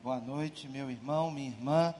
Boa noite, meu irmão, minha irmã.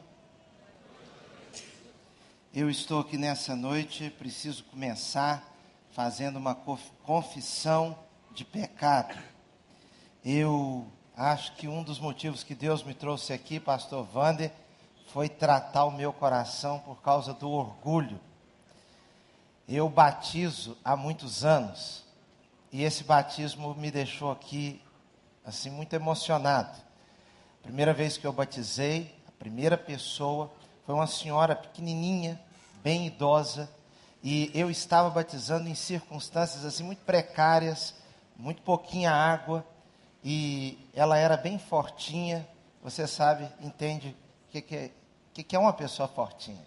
Eu estou aqui nessa noite, preciso começar fazendo uma confissão de pecado. Eu acho que um dos motivos que Deus me trouxe aqui, pastor Wander, foi tratar o meu coração por causa do orgulho. Eu batizo há muitos anos e esse batismo me deixou aqui assim muito emocionado. Primeira vez que eu batizei, a primeira pessoa foi uma senhora pequenininha, bem idosa, e eu estava batizando em circunstâncias assim muito precárias, muito pouquinha água, e ela era bem fortinha. Você sabe, entende o que é uma pessoa fortinha.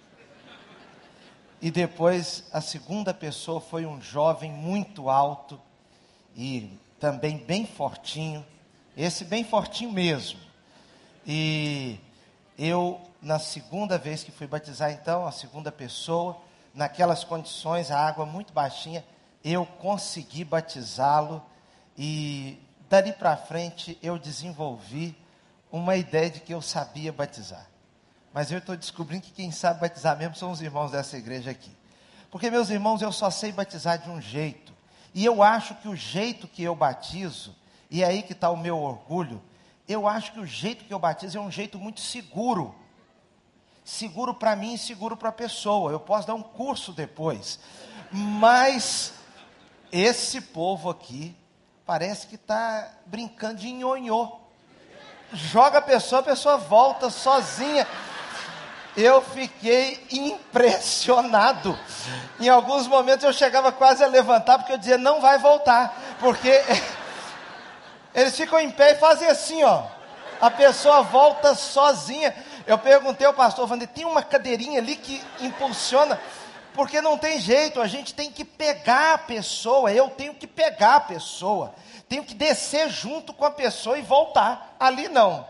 E depois a segunda pessoa foi um jovem muito alto e também bem fortinho, esse bem fortinho mesmo. E eu, na segunda vez que fui batizar, então, a segunda pessoa, naquelas condições, a água muito baixinha, eu consegui batizá-lo e dali para frente eu desenvolvi uma ideia de que eu sabia batizar. Mas eu estou descobrindo que quem sabe batizar mesmo são os irmãos dessa igreja aqui. Porque, meus irmãos, eu só sei batizar de um jeito. E eu acho que o jeito que eu batizo, e é aí que está o meu orgulho, eu acho que o jeito que eu batizo é um jeito muito seguro. Seguro para mim e seguro para a pessoa. Eu posso dar um curso depois. Mas esse povo aqui parece que está brincando de nhonhô. Joga a pessoa volta sozinha. Eu fiquei impressionado. Em alguns momentos eu chegava quase a levantar, porque eu dizia, não vai voltar. Porque eles ficam em pé e fazem assim, ó. A pessoa volta sozinha. Eu perguntei ao pastor Wander, tem uma cadeirinha ali que impulsiona? Porque não tem jeito, a gente tem que pegar a pessoa. Eu tenho que pegar a pessoa. Tenho que descer junto com a pessoa e voltar. Ali não.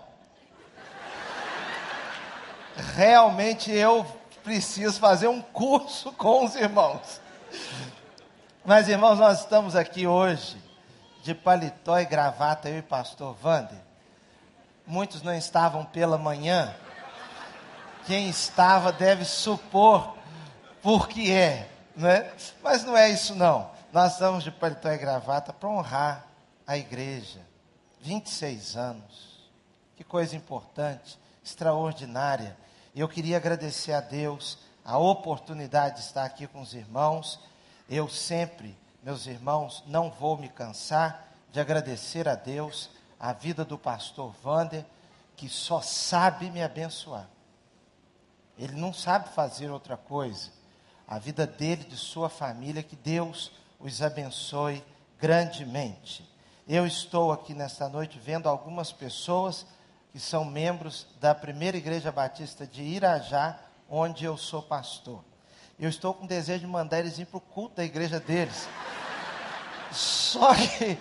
Realmente eu preciso fazer um curso com os irmãos. Mas, irmãos, nós estamos aqui hoje de paletó e gravata, eu e pastor Wander. Muitos não estavam pela manhã. Quem estava deve supor por que é, né? Mas não é isso não. Nós estamos de paletó e gravata para honrar a igreja. 26 anos. Que coisa importante, extraordinária. Eu queria agradecer a Deus a oportunidade de estar aqui com os irmãos. Eu sempre, meus irmãos, não vou me cansar de agradecer a Deus a vida do pastor Wander, que só sabe me abençoar. Ele não sabe fazer outra coisa. A vida dele, de sua família, que Deus os abençoe grandemente. Eu estou aqui nesta noite vendo algumas pessoas que são membros da primeira igreja batista de Irajá, onde eu sou pastor. Eu estou com desejo de mandar eles ir para o culto da igreja deles. Só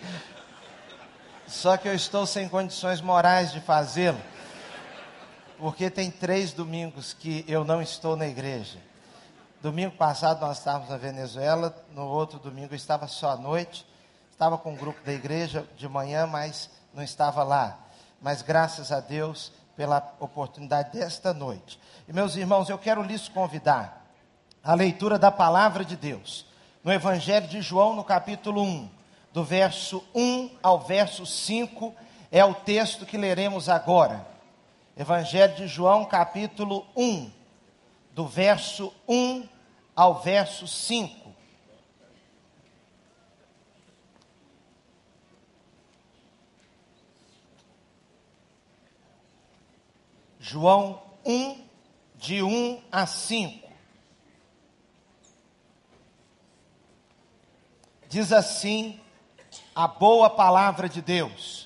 que eu estou sem condições morais de fazê-lo. Porque tem 3 domingos que eu não estou na igreja. Domingo passado nós estávamos na Venezuela, no outro domingo eu estava só à noite. Estava com o grupo da igreja de manhã, mas não estava lá. Mas graças a Deus pela oportunidade desta noite. E meus irmãos, eu quero lhes convidar à leitura da palavra de Deus. No Evangelho de João, no capítulo 1, do verso 1 ao verso 5, é o texto que leremos agora. Evangelho de João, capítulo 1, do verso 1 ao verso 5. João 1, de 1 a 5. Diz assim a boa palavra de Deus.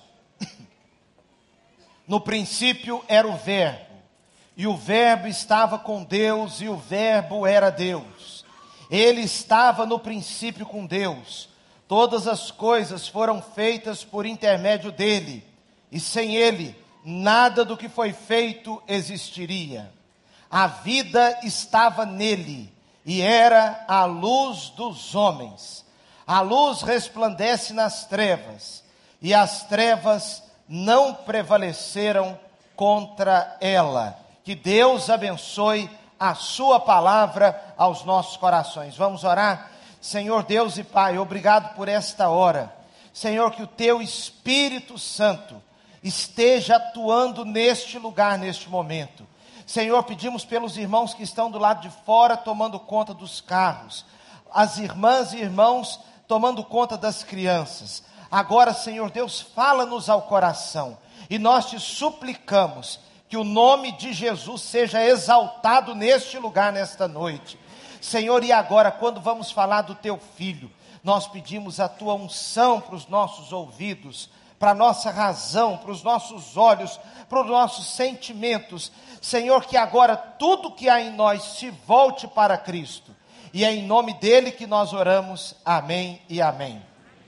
No princípio era o Verbo, e o Verbo estava com Deus, e o Verbo era Deus. Ele estava no princípio com Deus. Todas as coisas foram feitas por intermédio dele, e sem ele, nada do que foi feito existiria. A vida estava nele, e era a luz dos homens. A luz resplandece nas trevas, e as trevas não prevaleceram contra ela. Que Deus abençoe a sua palavra aos nossos corações. Vamos orar? Senhor Deus e Pai, obrigado por esta hora. Senhor, que o teu Espírito Santo esteja atuando neste lugar, neste momento. Senhor, pedimos pelos irmãos que estão do lado de fora, tomando conta dos carros. As irmãs e irmãos tomando conta das crianças. Agora, Senhor Deus, fala-nos ao coração. E nós te suplicamos que o nome de Jesus seja exaltado neste lugar, nesta noite. Senhor, e agora, quando vamos falar do teu Filho, nós pedimos a tua unção para os nossos ouvidos, para a nossa razão, para os nossos olhos, para os nossos sentimentos. Senhor, que agora tudo que há em nós se volte para Cristo. E é em nome dele que nós oramos. Amém e amém.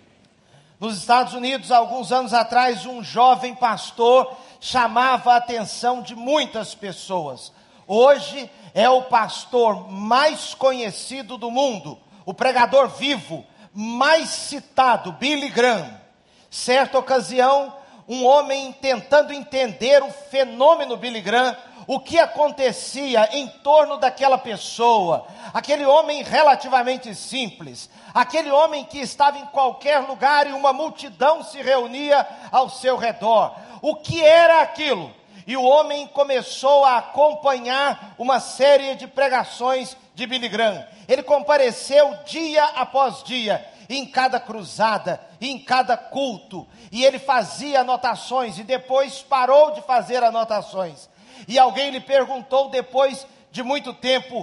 Nos Estados Unidos, há alguns anos atrás, um jovem pastor chamava a atenção de muitas pessoas. Hoje é o pastor mais conhecido do mundo, o pregador vivo, mais citado, Billy Graham. Certa ocasião, um homem tentando entender o fenômeno Billy Graham, o que acontecia em torno daquela pessoa, aquele homem relativamente simples, aquele homem que estava em qualquer lugar e uma multidão se reunia ao seu redor. O que era aquilo? E o homem começou a acompanhar uma série de pregações de Billy Graham. Ele compareceu dia após dia, em cada cruzada, em cada culto, e ele fazia anotações, e depois parou de fazer anotações. E alguém lhe perguntou, depois de muito tempo,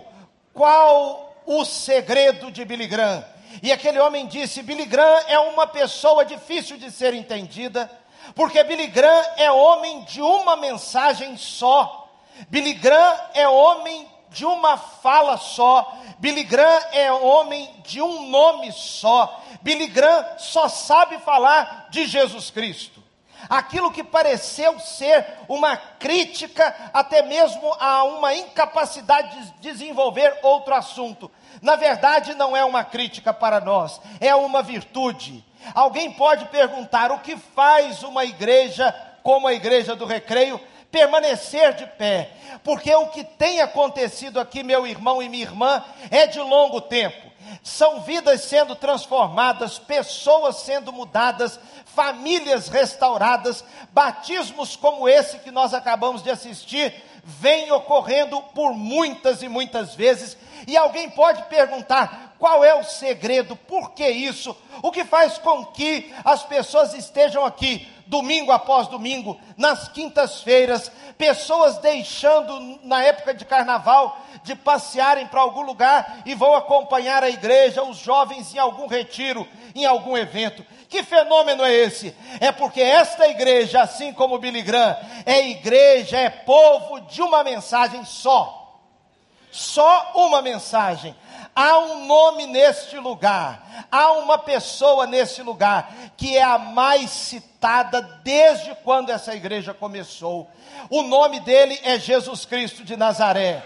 qual o segredo de Billy Graham? E aquele homem disse: Billy Graham é uma pessoa difícil de ser entendida, porque Billy Graham é homem de uma mensagem só. Billy Graham é homem de uma fala só. Billy Graham é homem de um nome só. Billy Graham só sabe falar de Jesus Cristo. Aquilo que pareceu ser uma crítica, até mesmo a uma incapacidade de desenvolver outro assunto, na verdade não é uma crítica para nós, é uma virtude. Alguém pode perguntar: o que faz uma igreja como a Igreja do Recreio permanecer de pé? Porque o que tem acontecido aqui, meu irmão e minha irmã, é de longo tempo. São vidas sendo transformadas, pessoas sendo mudadas, famílias restauradas, batismos como esse que nós acabamos de assistir, vem ocorrendo por muitas e muitas vezes. E alguém pode perguntar: qual é o segredo? Por que isso? O que faz com que as pessoas estejam aqui domingo após domingo, nas quintas-feiras, pessoas deixando na época de carnaval de passearem para algum lugar e vão acompanhar a igreja, os jovens em algum retiro, em algum evento? Que fenômeno é esse? É porque esta igreja, assim como Billy Graham, é igreja, é povo de uma mensagem só. Só uma mensagem. Há um nome neste lugar, há uma pessoa neste lugar, que é a mais citada desde quando essa igreja começou. O nome dele é Jesus Cristo de Nazaré.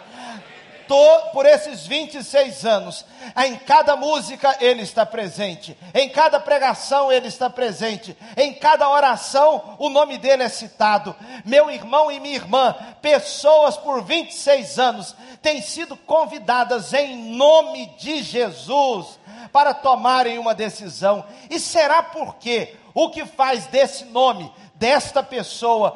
Por esses 26 anos, em cada música ele está presente, em cada pregação ele está presente, em cada oração o nome dele é citado. Meu irmão e minha irmã, pessoas por 26 anos têm sido convidadas em nome de Jesus para tomarem uma decisão. E será porque o que faz desse nome, desta pessoa,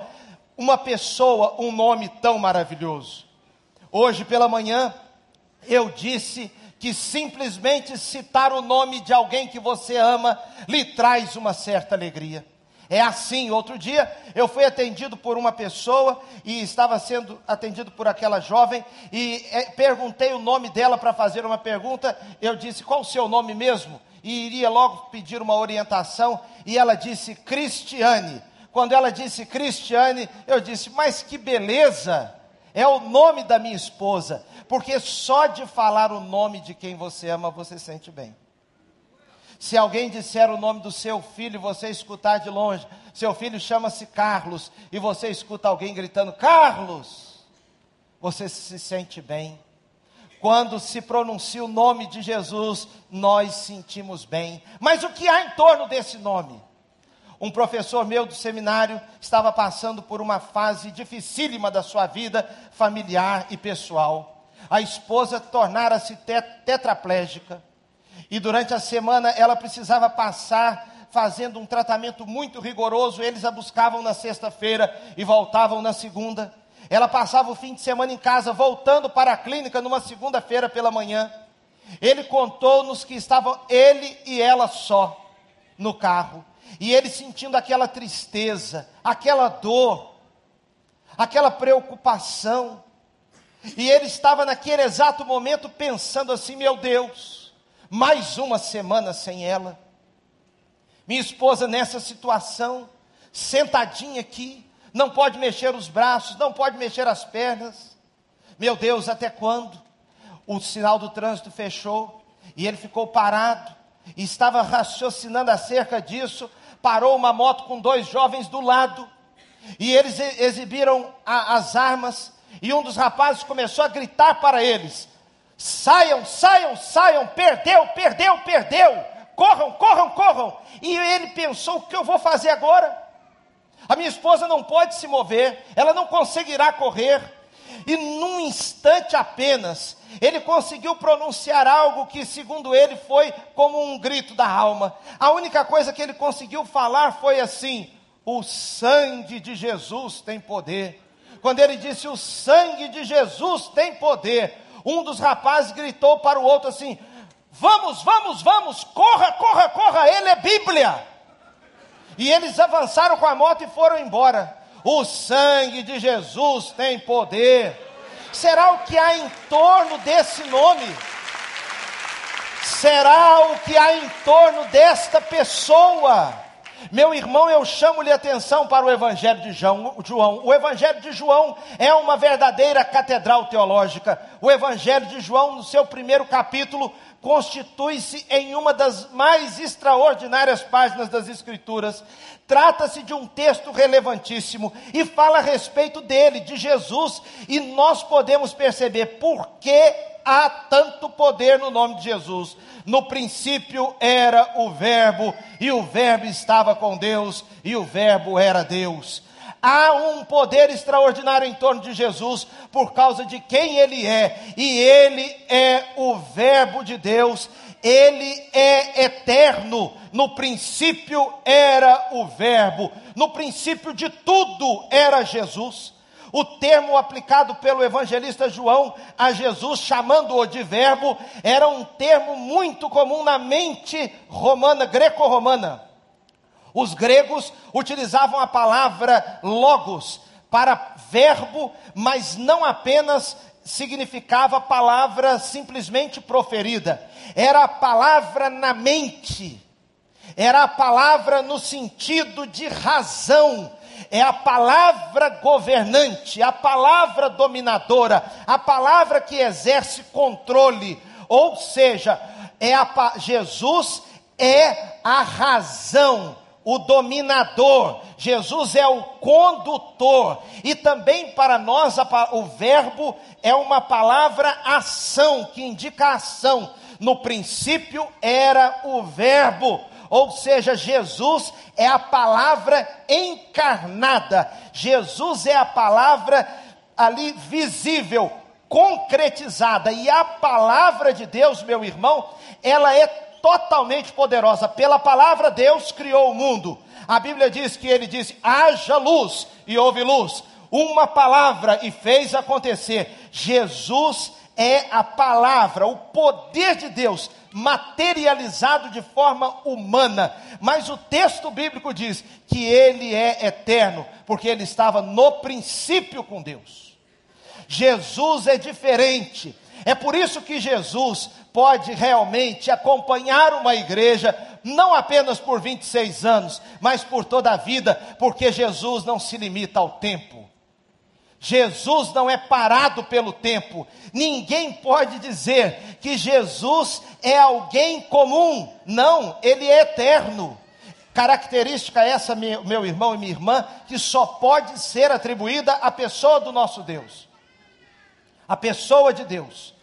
um nome tão maravilhoso? Hoje pela manhã, eu disse que simplesmente citar o nome de alguém que você ama, lhe traz uma certa alegria. É assim. Outro dia, eu fui atendido por uma pessoa, e estava sendo atendido por aquela jovem, e perguntei o nome dela para fazer uma pergunta. Eu disse: qual o seu nome mesmo? E iria logo pedir uma orientação, e ela disse: Cristiane. Quando ela disse Cristiane, eu disse: mas que beleza! É o nome da minha esposa, porque só de falar o nome de quem você ama, você sente bem. Se alguém disser o nome do seu filho, você escutar de longe, seu filho chama-se Carlos, e você escuta alguém gritando Carlos, você se sente bem. Quando se pronuncia o nome de Jesus, nós sentimos bem. Mas o que há em torno desse nome? Um professor meu do seminário estava passando por uma fase dificílima da sua vida familiar e pessoal. A esposa tornara-se tetraplégica e durante a semana ela precisava passar fazendo um tratamento muito rigoroso. Eles a buscavam na sexta-feira e voltavam na segunda. Ela passava o fim de semana em casa, voltando para a clínica numa segunda-feira pela manhã. Ele contou-nos que estavam ele e ela só no carro. E ele sentindo aquela tristeza, aquela dor, aquela preocupação. E ele estava naquele exato momento pensando assim: meu Deus, mais uma semana sem ela. Minha esposa nessa situação, sentadinha aqui, não pode mexer os braços, não pode mexer as pernas. Meu Deus, até quando? O sinal do trânsito fechou e ele ficou parado e estava raciocinando acerca disso. Parou uma moto com 2 jovens do lado e eles exibiram as armas e um dos rapazes começou a gritar para eles: saiam, saiam, saiam, perdeu, perdeu, perdeu, corram, corram, corram. E ele pensou: o que eu vou fazer agora? A minha esposa não pode se mover, ela não conseguirá correr. E num instante apenas, ele conseguiu pronunciar algo que, segundo ele, foi como um grito da alma. A única coisa que ele conseguiu falar foi assim: o sangue de Jesus tem poder. Quando ele disse: o sangue de Jesus tem poder, um dos rapazes gritou para o outro assim: vamos, vamos, vamos, corra, corra, corra, ele é Bíblia. E eles avançaram com a moto e foram embora. O sangue de Jesus tem poder. Será o que há em torno desse nome? Será o que há em torno desta pessoa? Meu irmão, eu chamo-lhe atenção para o Evangelho de João. O Evangelho de João é uma verdadeira catedral teológica. O Evangelho de João, no seu primeiro capítulo, constitui-se em uma das mais extraordinárias páginas das Escrituras. Trata-se de um texto relevantíssimo e fala a respeito dele, de Jesus, e nós podemos perceber por que há tanto poder no nome de Jesus. No princípio era o Verbo, e o Verbo estava com Deus, e o Verbo era Deus. Há um poder extraordinário em torno de Jesus, por causa de quem Ele é, e Ele é o Verbo de Deus, Ele é eterno. No princípio era o Verbo, no princípio de tudo era Jesus. O termo aplicado pelo evangelista João a Jesus, chamando-o de verbo, era um termo muito comum na mente romana, greco-romana. Os gregos utilizavam a palavra logos para verbo, mas não apenas significava a palavra simplesmente proferida. Era a palavra na mente, era a palavra no sentido de razão. É a palavra governante, a palavra dominadora, a palavra que exerce controle. Ou seja, Jesus é a razão, o dominador. Jesus é o condutor. E também para nós o verbo é uma palavra ação, que indica ação. No princípio era o verbo. Ou seja, Jesus é a palavra encarnada. Jesus é a palavra ali visível, concretizada. E a palavra de Deus, meu irmão, ela é totalmente poderosa. Pela palavra Deus criou o mundo. A Bíblia diz que Ele disse: haja luz, e houve luz. Uma palavra e fez acontecer. Jesus é a palavra, o poder de Deus materializado de forma humana. Mas o texto bíblico diz que Ele é eterno, porque Ele estava no princípio com Deus. Jesus é diferente. É por isso que Jesus pode realmente acompanhar uma igreja, não apenas por 26 anos, mas por toda a vida, porque Jesus não se limita ao tempo. Jesus não é parado pelo tempo. Ninguém pode dizer que Jesus é alguém comum. Não, Ele é eterno. Característica essa, meu irmão e minha irmã, que só pode ser atribuída à pessoa do nosso Deus. A pessoa de Deus.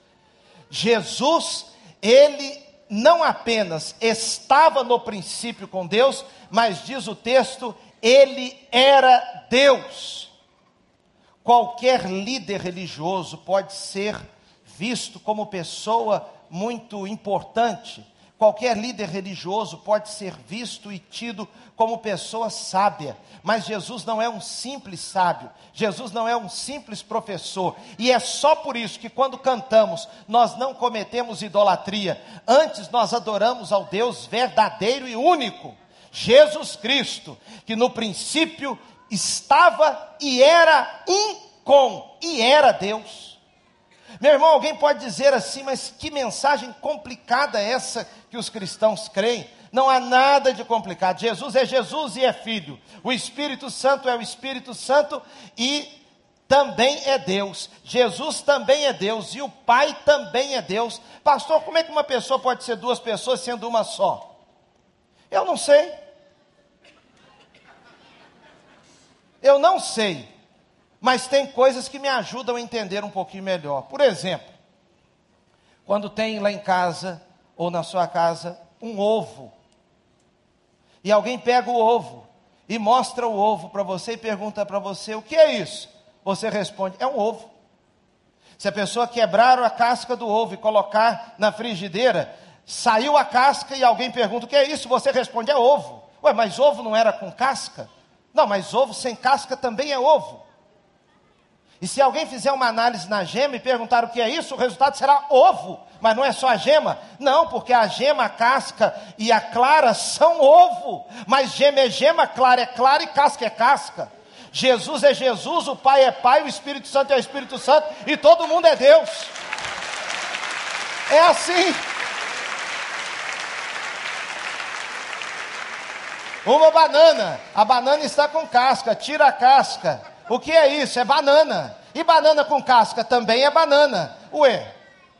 Jesus, Ele não apenas estava no princípio com Deus, mas diz o texto, ele era Deus. Qualquer líder religioso pode ser visto como pessoa muito importante. Qualquer líder religioso pode ser visto e tido como pessoa sábia, mas Jesus não é um simples sábio, Jesus não é um simples professor, e é só por isso que quando cantamos, nós não cometemos idolatria, antes nós adoramos ao Deus verdadeiro e único, Jesus Cristo, que no princípio estava e era e era Deus. Meu irmão, alguém pode dizer assim, mas que mensagem complicada é essa que os cristãos creem? Não há nada de complicado. Jesus é Jesus e é Filho. O Espírito Santo é o Espírito Santo e também é Deus. Jesus também é Deus e o Pai também é Deus. Pastor, como é que uma pessoa pode ser duas pessoas sendo uma só? Eu não sei. Eu não sei. Mas tem coisas que me ajudam a entender um pouquinho melhor. Por exemplo, quando tem lá em casa, ou na sua casa, um ovo. E alguém pega o ovo, e mostra o ovo para você, e pergunta para você, o que é isso? Você responde, é um ovo. Se a pessoa quebrar a casca do ovo e colocar na frigideira, saiu a casca e alguém pergunta, o que é isso? Você responde, é ovo. Ué, mas ovo não era com casca? Não, mas ovo sem casca também é ovo. E se alguém fizer uma análise na gema e perguntar o que é isso, o resultado será ovo. Mas não é só a gema? Não, porque a gema, a casca e a clara são ovo. Mas gema é gema, clara é clara e casca é casca. Jesus é Jesus, o Pai é Pai, o Espírito Santo é o Espírito Santo e todo mundo é Deus. É assim. Uma banana, a banana está com casca, tira a casca. O que é isso? É banana. E banana com casca também é banana. Ué,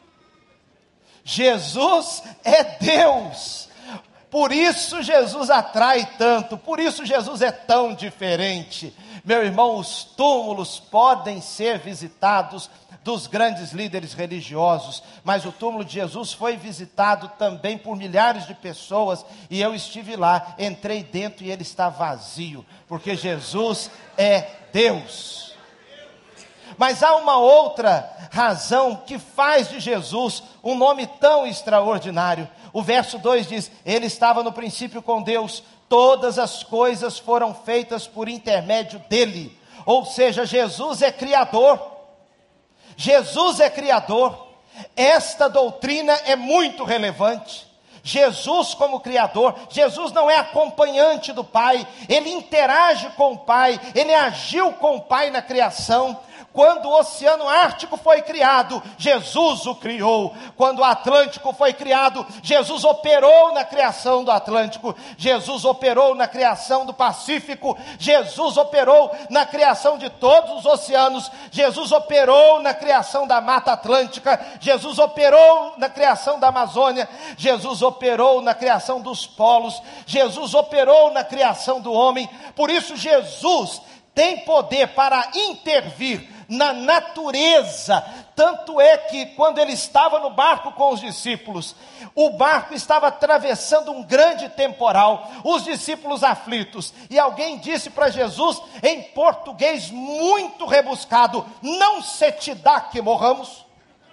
Jesus é Deus. Por isso Jesus atrai tanto, por isso Jesus é tão diferente. Meu irmão, os túmulos podem ser visitados dos grandes líderes religiosos, mas o túmulo de Jesus foi visitado também por milhares de pessoas, e eu estive lá, entrei dentro e ele está vazio, porque Jesus é Deus. Mas há uma outra razão que faz de Jesus um nome tão extraordinário. O verso 2 diz, ele estava no princípio com Deus, todas as coisas foram feitas por intermédio dele. Ou seja, Jesus é Criador. Jesus é Criador. Esta doutrina é muito relevante. Jesus como Criador, Jesus não é acompanhante do Pai, ele interage com o Pai, ele agiu com o Pai na criação. Quando o Oceano Ártico foi criado, Jesus o criou. Quando o Atlântico foi criado, Jesus operou na criação do Atlântico. Jesus operou na criação do Pacífico. Jesus operou na criação de todos os oceanos. Jesus operou na criação da Mata Atlântica. Jesus operou na criação da Amazônia. Jesus operou na criação dos polos. Jesus operou na criação do homem. Por isso Jesus tem poder para intervir na natureza, tanto é que quando ele estava no barco com os discípulos, o barco estava atravessando um grande temporal, os discípulos aflitos, e alguém disse para Jesus, em português muito rebuscado, não se te dá que morramos?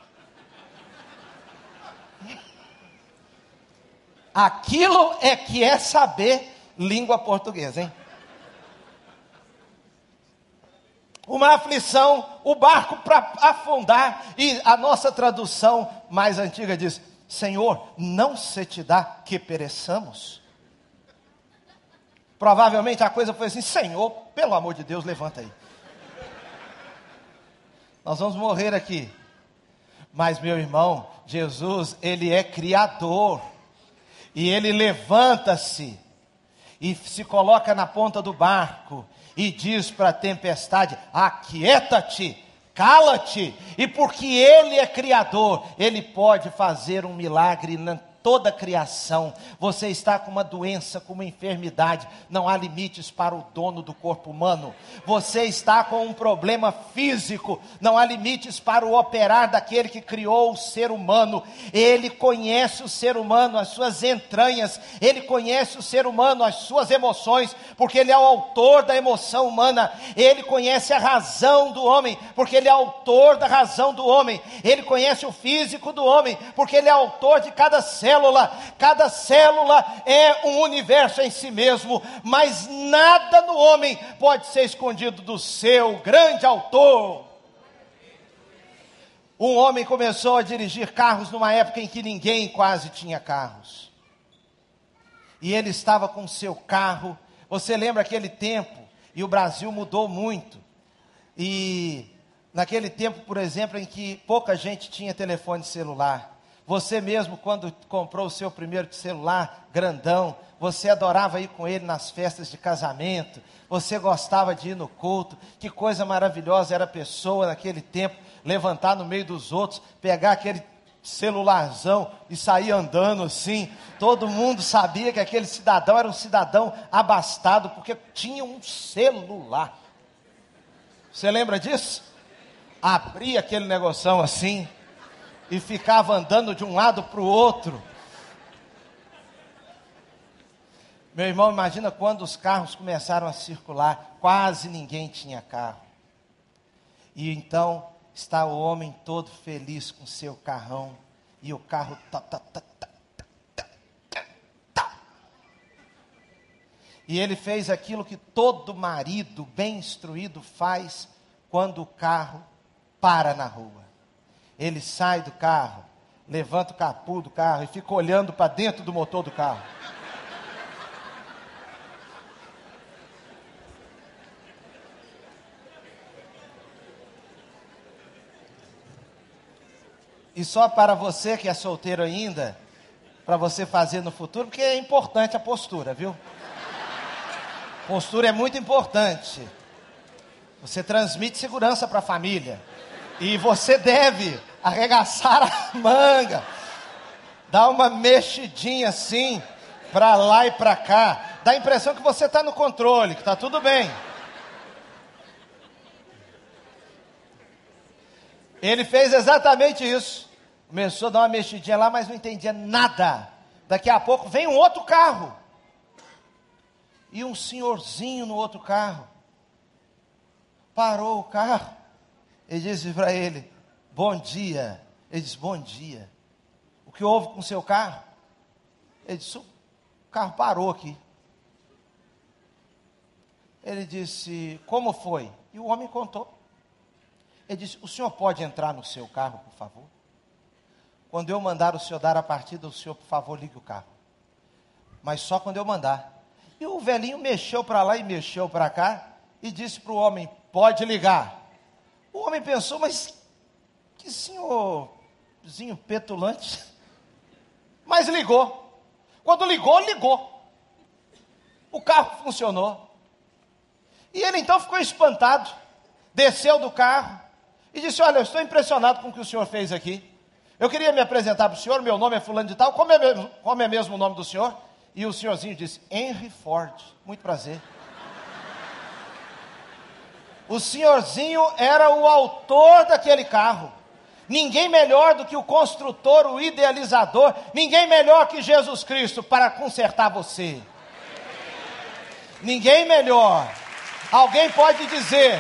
Aquilo é que é saber língua portuguesa, hein? Uma aflição, o barco para afundar, e a nossa tradução mais antiga diz, Senhor, não se te dá que pereçamos? Provavelmente a coisa foi assim, Senhor, pelo amor de Deus, levanta aí. Nós vamos morrer aqui. Mas meu irmão, Jesus, ele é Criador, e ele levanta-se, e se coloca na ponta do barco, e diz para a tempestade, aquieta-te, cala-te, e porque ele é Criador, ele pode fazer um milagre toda a criação. Você está com uma doença, com uma enfermidade, não há limites para o dono do corpo humano. Você está com um problema físico, não há limites para o operar daquele que criou o ser humano. Ele conhece o ser humano, as suas entranhas, ele conhece o ser humano, as suas emoções, porque ele é o autor da emoção humana. Ele conhece a razão do homem, porque ele é autor da razão do homem. Ele conhece o físico do homem, porque ele é autor de cada célula. Cada célula é um universo em si mesmo, mas nada no homem pode ser escondido do seu grande autor. Um homem começou a dirigir carros numa época em que ninguém quase tinha carros. E ele estava com o seu carro. Você lembra aquele tempo? E o Brasil mudou muito. E naquele tempo, por exemplo, em que pouca gente tinha telefone celular. Você mesmo, quando comprou o seu primeiro celular grandão, você adorava ir com ele nas festas de casamento. Você gostava de ir no culto. Que coisa maravilhosa era a pessoa naquele tempo levantar no meio dos outros, pegar aquele celularzão e sair andando assim. Todo mundo sabia que aquele cidadão era um cidadão abastado, porque tinha um celular. Você lembra disso? Abria aquele negoção assim e ficava andando de um lado para o outro. Meu irmão, imagina quando os carros começaram a circular, quase ninguém tinha carro. E então está o homem todo feliz com seu carrão, e o carro E ele fez aquilo que todo marido bem instruído faz quando o carro para na rua. Ele sai do carro, levanta o capô do carro e fica olhando para dentro do motor do carro. E só para você que é solteiro ainda, para você fazer no futuro, porque é importante a postura, viu? Postura é muito importante. Você transmite segurança para a família. E você deve arregaçar a manga, dar uma mexidinha assim, para lá e para cá. Dá a impressão que você está no controle, que está tudo bem. Ele fez exatamente isso. Começou a dar uma mexidinha lá, mas não entendia nada. Daqui a pouco vem um outro carro. E um senhorzinho no outro carro. Parou o carro. E disse para ele, bom dia. Ele disse, bom dia. O que houve com o seu carro? Ele disse, o carro parou aqui. Ele disse, como foi? E o homem contou. Ele disse, o senhor pode entrar no seu carro, por favor? Quando eu mandar o senhor dar a partida, o senhor, por favor, ligue o carro. Mas só quando eu mandar. E o velhinho mexeu para lá e mexeu para cá e disse para o homem, pode ligar. O homem pensou, mas que senhorzinho petulante. Mas ligou. Quando ligou, ligou. O carro funcionou. E ele então ficou espantado, desceu do carro e disse, olha, eu estou impressionado com o que o senhor fez aqui. Eu queria me apresentar para o senhor, meu nome é fulano de tal, como é mesmo o nome do senhor? E o senhorzinho disse, Henry Ford, muito prazer. O senhorzinho era o autor daquele carro. Ninguém melhor do que o construtor, o idealizador, ninguém melhor que Jesus Cristo para consertar você. Ninguém melhor. Alguém pode dizer,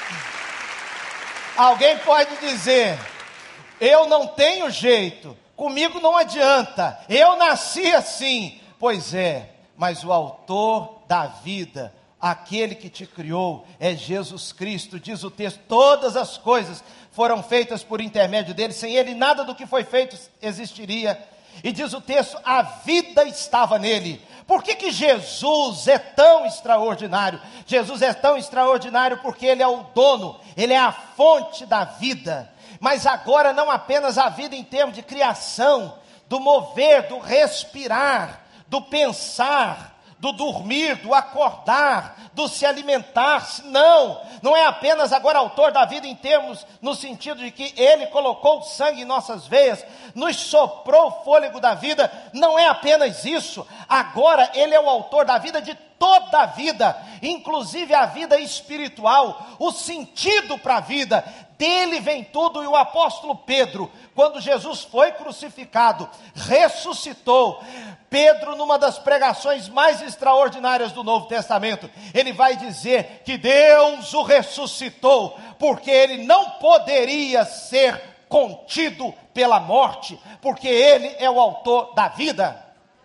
eu não tenho jeito, comigo não adianta, eu nasci assim. Pois é, mas o autor da vida, aquele que te criou, é Jesus Cristo. Diz o texto, todas as coisas foram feitas por intermédio dele, sem ele nada do que foi feito existiria. E diz o texto, a vida estava nele. Por que Jesus é tão extraordinário? Jesus é tão extraordinário porque ele é o dono, ele é a fonte da vida. Mas agora não apenas a vida em termos de criação, do mover, do respirar, do pensar, do dormir, do acordar, do se alimentar-se. Não é apenas agora autor da vida em termos, no sentido de que Ele colocou o sangue em nossas veias, nos soprou o fôlego da vida. Não é apenas isso. Agora Ele é o autor da vida de toda a vida, inclusive a vida espiritual, o sentido para a vida. Dele vem tudo. E o apóstolo Pedro, quando Jesus foi crucificado, ressuscitou. Pedro, numa das pregações mais extraordinárias do Novo Testamento, ele vai dizer que Deus o ressuscitou, porque ele não poderia ser contido pela morte, porque ele é o autor da vida.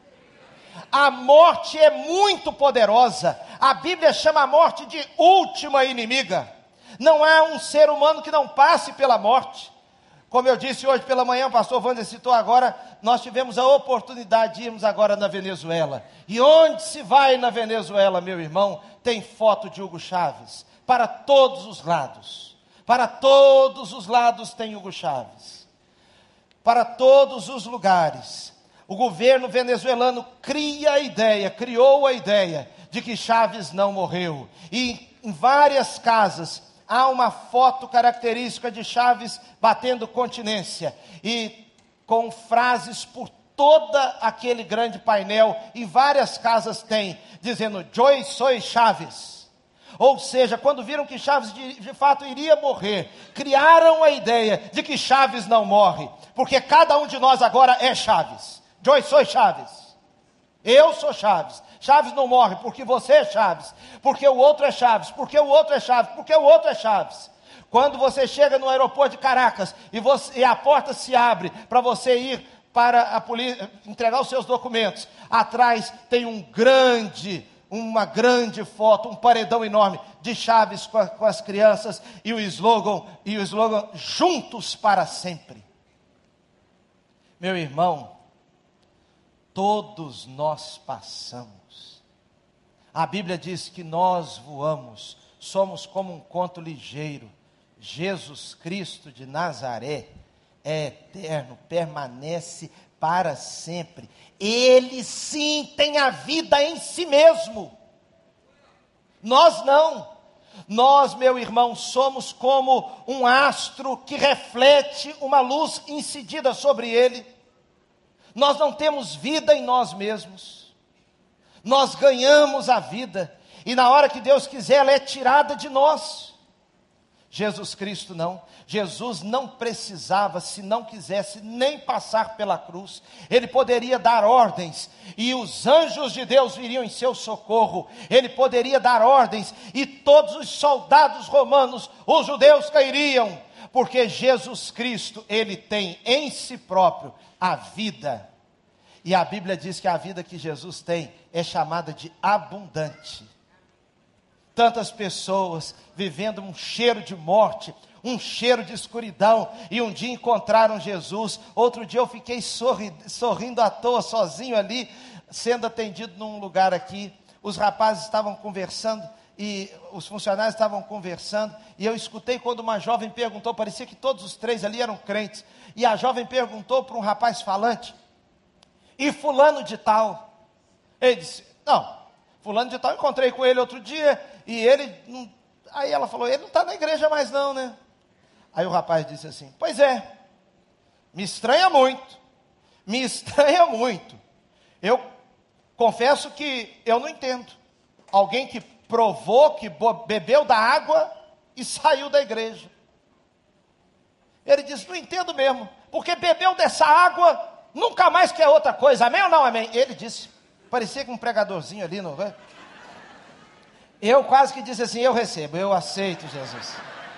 A morte é muito poderosa. A Bíblia chama a morte de última inimiga. Não há um ser humano que não passe pela morte. Como eu disse hoje pela manhã, o pastor Wander citou agora, nós tivemos a oportunidade de irmos agora na Venezuela. E onde se vai na Venezuela, meu irmão, tem foto de Hugo Chávez. Para todos os lados. Para todos os lados tem Hugo Chávez. Para todos os lugares. O governo venezuelano criou a ideia de que Chávez não morreu. E em várias casas há uma foto característica de Chávez batendo continência. E com frases por todo aquele grande painel, em várias casas tem, dizendo, "Yo soy Chávez". Ou seja, quando viram que Chávez de fato iria morrer, criaram a ideia de que Chávez não morre, porque cada um de nós agora é Chávez. "Yo soy Chávez". Eu sou Chávez. Chávez não morre porque você é Chávez, porque o outro é Chávez, porque o outro é Chávez, porque o outro é Chávez. Quando você chega no aeroporto de Caracas e a porta se abre para você ir para a polícia, entregar os seus documentos, atrás tem uma grande foto, um paredão enorme de Chávez com as crianças e o slogan "Juntos para sempre". Meu irmão, todos nós passamos. A Bíblia diz que nós voamos, somos como um conto ligeiro. Jesus Cristo de Nazaré é eterno, permanece para sempre. Ele sim tem a vida em si mesmo. Nós não. Nós, meu irmão, somos como um astro que reflete uma luz incidida sobre ele. Nós não temos vida em nós mesmos. Nós ganhamos a vida, e na hora que Deus quiser, ela é tirada de nós. Jesus Cristo não. Jesus não precisava, se não quisesse, nem passar pela cruz. Ele poderia dar ordens, e os anjos de Deus viriam em seu socorro. Ele poderia dar ordens, e todos os soldados romanos, os judeus, cairiam. Porque Jesus Cristo, Ele tem em si próprio a vida. E a Bíblia diz que a vida que Jesus tem é chamada de abundante. Tantas pessoas vivendo um cheiro de morte, um cheiro de escuridão, e um dia encontraram Jesus. Outro dia eu fiquei sorrindo à toa, sozinho ali, sendo atendido num lugar aqui. Os rapazes estavam conversando, e os funcionários estavam conversando, e eu escutei quando uma jovem perguntou, parecia que todos os três ali eram crentes, e a jovem perguntou para um rapaz falante, "E fulano de tal?" Ele disse, "Não, fulano de tal, encontrei com ele outro dia, e ele não..." Aí ela falou, "Ele não está na igreja mais não, né?" Aí o rapaz disse assim, "Pois é, me estranha muito, eu confesso que eu não entendo, alguém que provou, que bebeu da água e saiu da igreja." Ele disse, "Não entendo mesmo, porque bebeu dessa água, nunca mais quer outra coisa, amém ou não amém?" Ele disse, parecia com um pregadorzinho ali, não é? Eu quase que disse assim, eu recebo, eu aceito Jesus.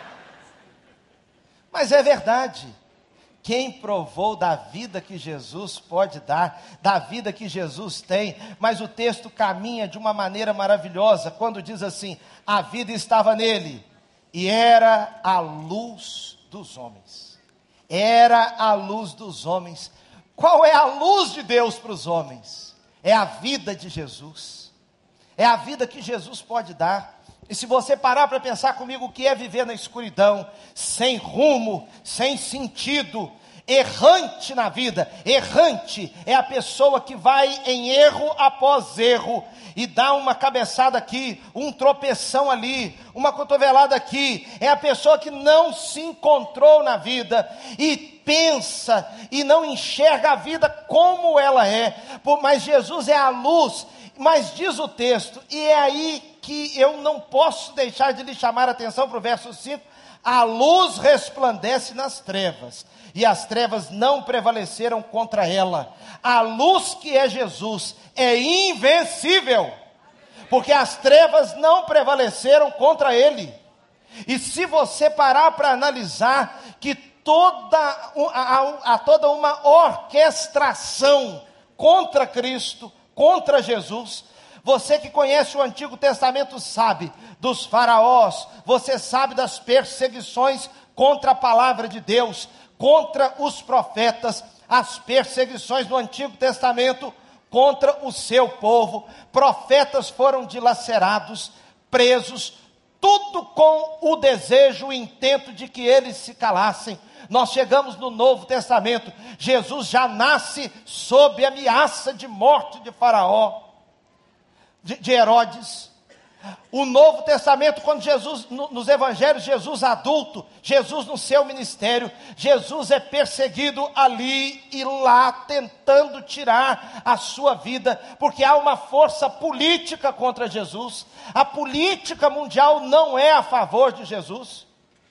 Mas é verdade. Quem provou da vida que Jesus pode dar, da vida que Jesus tem, mas o texto caminha de uma maneira maravilhosa, quando diz assim, a vida estava nele, e era a luz dos homens. Era a luz dos homens. Qual é a luz de Deus para os homens? É a vida de Jesus. É a vida que Jesus pode dar. E se você parar para pensar comigo o que é viver na escuridão, sem rumo, sem sentido, Errante na vida. Errante é a pessoa que vai em erro após erro e dá uma cabeçada aqui, um tropeção ali, uma cotovelada aqui. É a pessoa que não se encontrou na vida e pensa e não enxerga a vida como ela é. Mas Jesus é a luz. Mas diz o texto, e é aí que eu não posso deixar de lhe chamar a atenção para o verso 5, a luz resplandece nas trevas, e as trevas não prevaleceram contra ela. A luz que é Jesus é invencível, porque as trevas não prevaleceram contra ele. E se você parar para analisar que há toda uma orquestração contra Cristo, contra Jesus. Você que conhece o Antigo Testamento sabe dos faraós, você sabe das perseguições contra a palavra de Deus, contra os profetas, as perseguições do Antigo Testamento contra o seu povo. Profetas foram dilacerados, presos, tudo com o desejo, o intento de que eles se calassem. Nós chegamos no Novo Testamento, Jesus já nasce sob ameaça de morte de Faraó, de Herodes. O Novo Testamento, quando Jesus, nos evangelhos, Jesus adulto, Jesus no seu ministério, Jesus é perseguido ali e lá, tentando tirar a sua vida, porque há uma força política contra Jesus. A política mundial não é a favor de Jesus.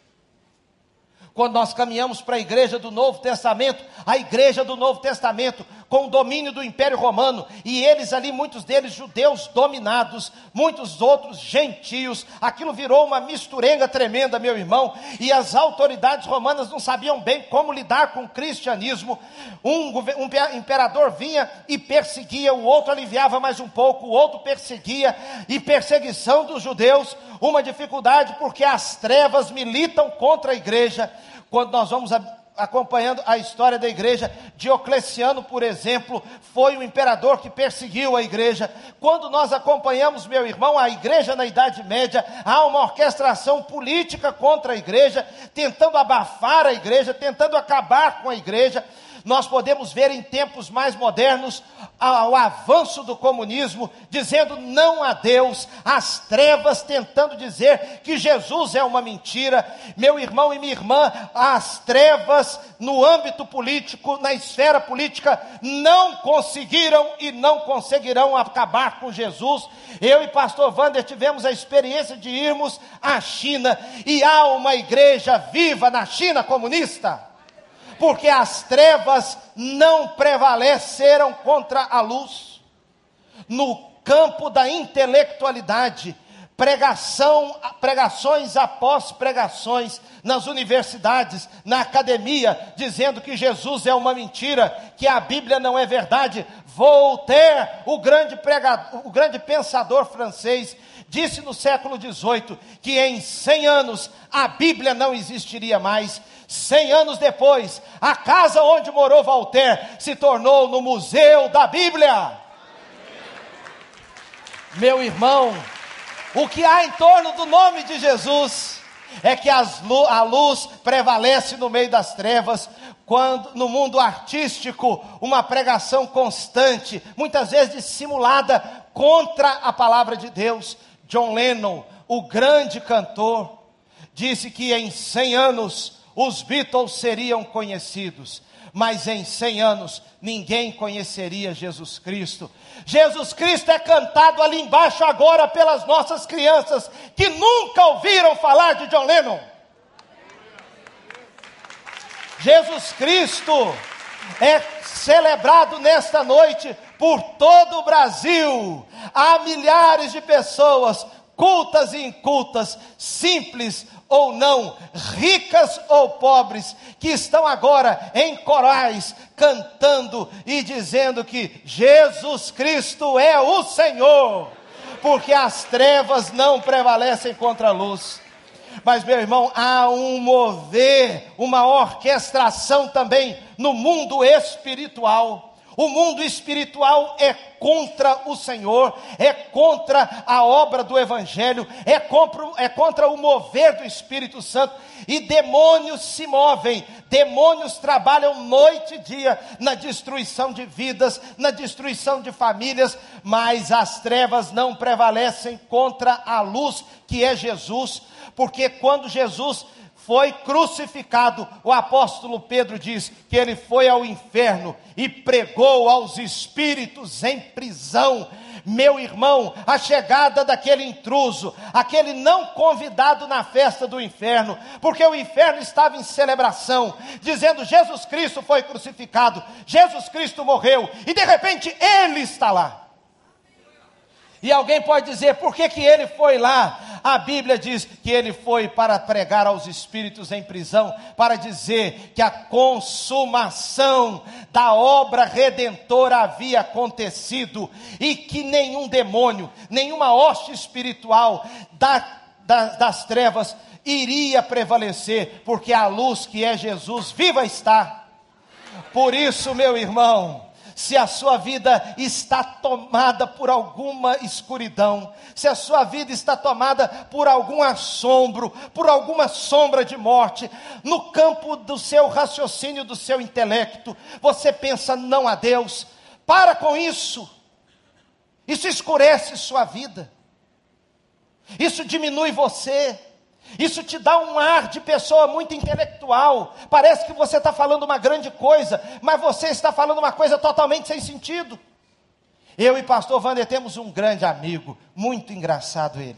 Quando nós caminhamos para a igreja do Novo Testamento, a igreja do Novo Testamento, com o domínio do Império Romano, e eles ali, muitos deles judeus dominados, muitos outros gentios, aquilo virou uma misturenga tremenda, meu irmão, e as autoridades romanas não sabiam bem como lidar com o cristianismo. Um imperador vinha e perseguia, o outro aliviava mais um pouco, o outro perseguia, e perseguição dos judeus, uma dificuldade, porque as trevas militam contra a igreja. Quando nós vamos acompanhando a história da igreja, Diocleciano, por exemplo, foi o imperador que perseguiu a igreja. Quando nós acompanhamos, meu irmão, a igreja na Idade Média, há uma orquestração política contra a igreja, tentando abafar a igreja, tentando acabar com a igreja. Nós podemos ver em tempos mais modernos o avanço do comunismo, dizendo não a Deus, as trevas tentando dizer que Jesus é uma mentira. Meu irmão e minha irmã, as trevas no âmbito político, na esfera política, não conseguiram e não conseguirão acabar com Jesus. Eu e pastor Wander tivemos a experiência de irmos à China, e há uma igreja viva na China comunista, porque as trevas não prevaleceram contra a luz. No campo da intelectualidade, pregações após pregações, nas universidades, na academia, dizendo que Jesus é uma mentira, que a Bíblia não é verdade. Voltaire, o grande pensador francês, disse no século XVIII que em 100 anos a Bíblia não existiria mais. 100 anos depois, a casa onde morou Voltaire se tornou no Museu da Bíblia. Meu irmão, o que há em torno do nome de Jesus é que a luz prevalece no meio das trevas. Quando no mundo artístico, uma pregação constante, muitas vezes dissimulada, contra a palavra de Deus. John Lennon, o grande cantor, disse que em 100 anos os Beatles seriam conhecidos, mas em 100 anos ninguém conheceria Jesus Cristo. Jesus Cristo é cantado ali embaixo agora pelas nossas crianças que nunca ouviram falar de John Lennon. Jesus Cristo é celebrado nesta noite por todo o Brasil. Há milhares de pessoas, cultas e incultas, simples ou não, ricas ou pobres, que estão agora em corais, cantando e dizendo que Jesus Cristo é o Senhor, porque as trevas não prevalecem contra a luz. Mas, meu irmão, há um mover, uma orquestração também no mundo espiritual. O mundo espiritual é contra o Senhor, é contra a obra do Evangelho, é contra o mover do Espírito Santo. E demônios se movem, demônios trabalham noite e dia na destruição de vidas, na destruição de famílias, mas as trevas não prevalecem contra a luz que é Jesus, porque quando Jesus foi crucificado, o apóstolo Pedro diz que ele foi ao inferno e pregou aos espíritos em prisão. Meu irmão, a chegada daquele intruso, aquele não convidado na festa do inferno, porque o inferno estava em celebração, dizendo: Jesus Cristo foi crucificado, Jesus Cristo morreu, e de repente ele está lá. E alguém pode dizer: por que ele foi lá? A Bíblia diz que ele foi para pregar aos espíritos em prisão, para dizer que a consumação da obra redentora havia acontecido, e que nenhum demônio, nenhuma hoste espiritual das trevas iria prevalecer, porque a luz que é Jesus viva está. Por isso, meu irmão, se a sua vida está tomada por alguma escuridão, se a sua vida está tomada por algum assombro, por alguma sombra de morte, no campo do seu raciocínio, do seu intelecto, você pensa: não há Deus, para com isso. Isso escurece sua vida, isso diminui você, isso te dá um ar de pessoa muito intelectual. Parece que você está falando uma grande coisa, mas você está falando uma coisa totalmente sem sentido. Eu e pastor Wander temos um grande amigo, muito engraçado ele.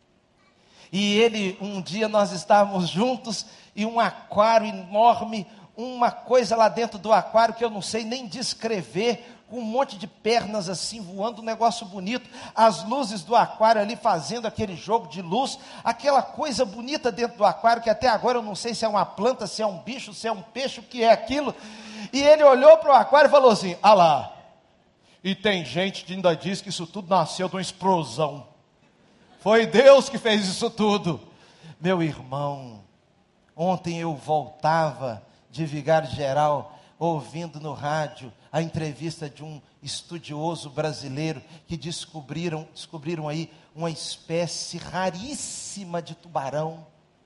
E ele, um dia nós estávamos juntos, e um aquário enorme, uma coisa lá dentro do aquário que eu não sei nem descrever, com um monte de pernas assim voando, um negócio bonito, as luzes do aquário ali fazendo aquele jogo de luz, aquela coisa bonita dentro do aquário, que até agora eu não sei se é uma planta, se é um bicho, se é um peixe, o que é aquilo. E ele olhou para o aquário e falou assim: ah lá, e tem gente que ainda diz que isso tudo nasceu de uma explosão, foi Deus que fez isso tudo. Meu irmão, ontem eu voltava de Vigário Geral, ouvindo no rádio a entrevista de um estudioso brasileiro que descobriram aí uma espécie raríssima de tubarão.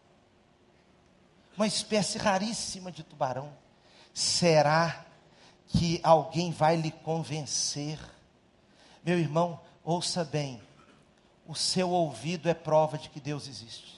Uma espécie raríssima de tubarão. Será que alguém vai lhe convencer? Meu irmão, ouça bem, o seu ouvido é prova de que Deus existe.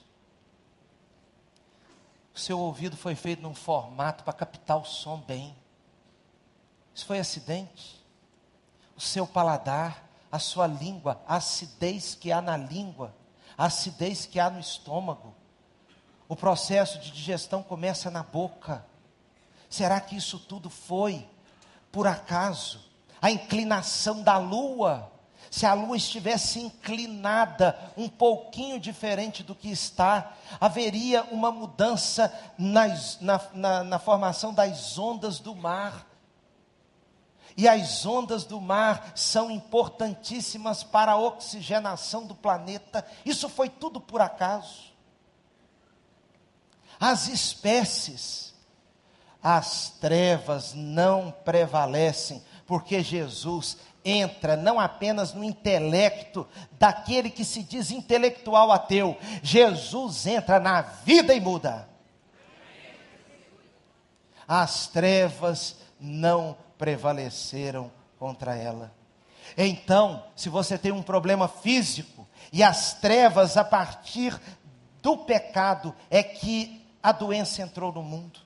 O seu ouvido foi feito num formato para captar o som bem. Isso foi acidente? O seu paladar, a sua língua, a acidez que há na língua, a acidez que há no estômago, o processo de digestão começa na boca. Será que isso tudo foi por acaso? A inclinação da lua, se a lua estivesse inclinada um pouquinho diferente do que está, haveria uma mudança na formação das ondas do mar. E as ondas do mar são importantíssimas para a oxigenação do planeta. Isso foi tudo por acaso. As espécies, as trevas não prevalecem, porque Jesus entra não apenas no intelecto daquele que se diz intelectual ateu. Jesus entra na vida e muda. As trevas não prevaleceram contra ela. Então, se você tem um problema físico, e as trevas a partir do pecado é que a doença entrou no mundo.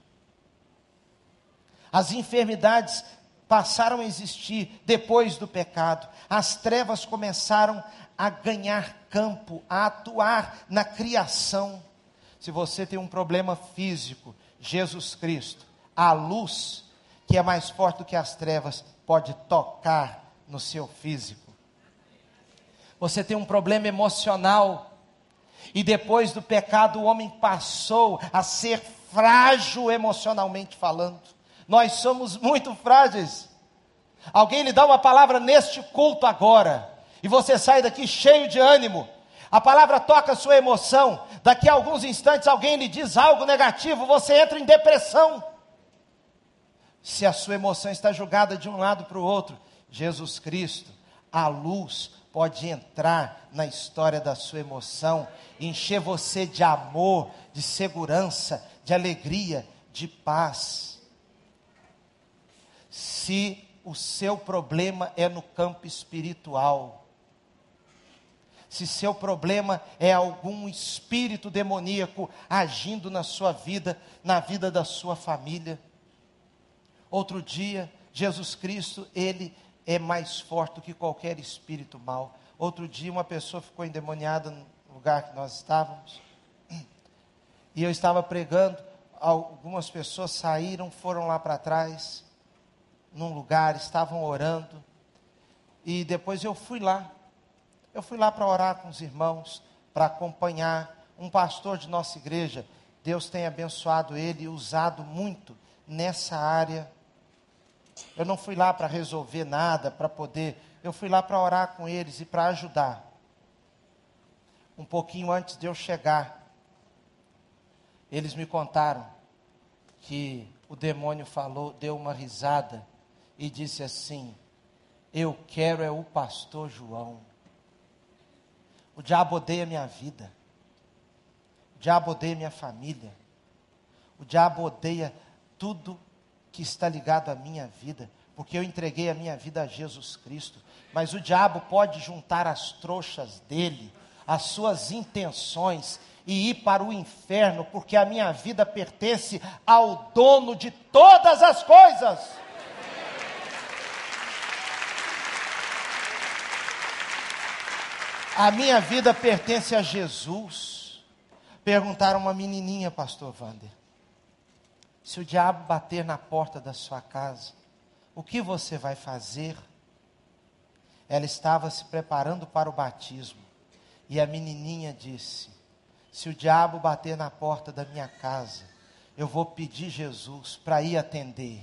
As enfermidades passaram a existir depois do pecado. As trevas começaram a ganhar campo, a atuar na criação. Se você tem um problema físico, Jesus Cristo, a luz, que é mais forte do que as trevas, pode tocar no seu físico. Você tem um problema emocional, e depois do pecado o homem passou a ser frágil emocionalmente falando. Nós somos muito frágeis. Alguém lhe dá uma palavra neste culto agora, e você sai daqui cheio de ânimo. A palavra toca a sua emoção. Daqui a alguns instantes alguém lhe diz algo negativo, você entra em depressão. Se a sua emoção está jogada de um lado para o outro, Jesus Cristo, a luz, pode entrar na história da sua emoção, encher você de amor, de segurança, de alegria, de paz. Se o seu problema é no campo espiritual, se seu problema é algum espírito demoníaco agindo na sua vida, na vida da sua família. Outro dia, Jesus Cristo, Ele é mais forte do que qualquer espírito mau. Outro dia, uma pessoa ficou endemoniada no lugar que nós estávamos. E eu estava pregando, algumas pessoas saíram, foram lá para trás, num lugar, estavam orando. E depois eu fui lá. Eu fui lá para orar com os irmãos, para acompanhar um pastor de nossa igreja. Deus tem abençoado ele e usado muito nessa área. Eu não fui lá para resolver nada, eu fui lá para orar com eles e para ajudar. Um pouquinho antes de eu chegar, eles me contaram que o demônio deu uma risada e disse assim: eu quero é o pastor João. O diabo odeia minha vida. O diabo odeia minha família. O diabo odeia tudo que está ligado à minha vida, porque eu entreguei a minha vida a Jesus Cristo. Mas o diabo pode juntar as trouxas dele, as suas intenções, e ir para o inferno, porque a minha vida pertence ao dono de todas as coisas. A minha vida pertence a Jesus. Perguntaram uma menininha, pastor Wander: se o diabo bater na porta da sua casa, o que você vai fazer? Ela estava se preparando para o batismo. E a menininha disse: se o diabo bater na porta da minha casa, eu vou pedir Jesus para ir atender.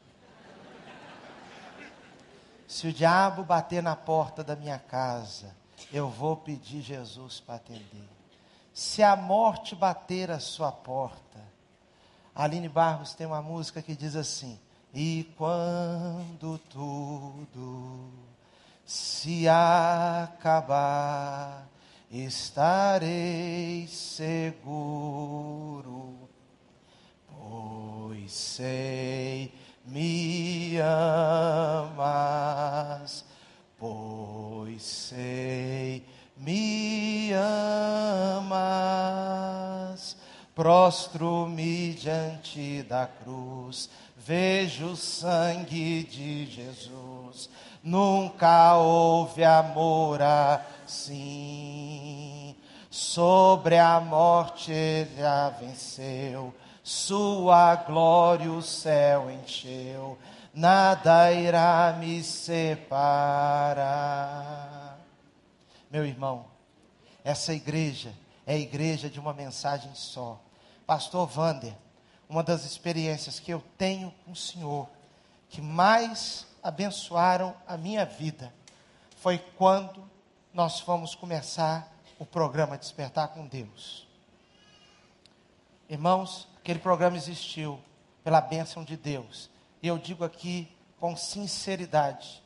Se o diabo bater na porta da minha casa, eu vou pedir Jesus para atender. Se a morte bater a sua porta, a Aline Barros tem uma música que diz assim: e quando tudo se acabar, estarei seguro, pois sei me amas, pois sei me amas. Prostro-me diante da cruz, vejo o sangue de Jesus. Nunca houve amor assim. Sobre a morte ele a venceu, sua glória o céu encheu. Nada irá me separar. Meu irmão, essa igreja é a igreja de uma mensagem só. Pastor Wander, uma das experiências que eu tenho com o Senhor, que mais abençoaram a minha vida, foi quando nós fomos começar o programa Despertar com Deus. Irmãos, aquele programa existiu pela bênção de Deus. E eu digo aqui com sinceridade,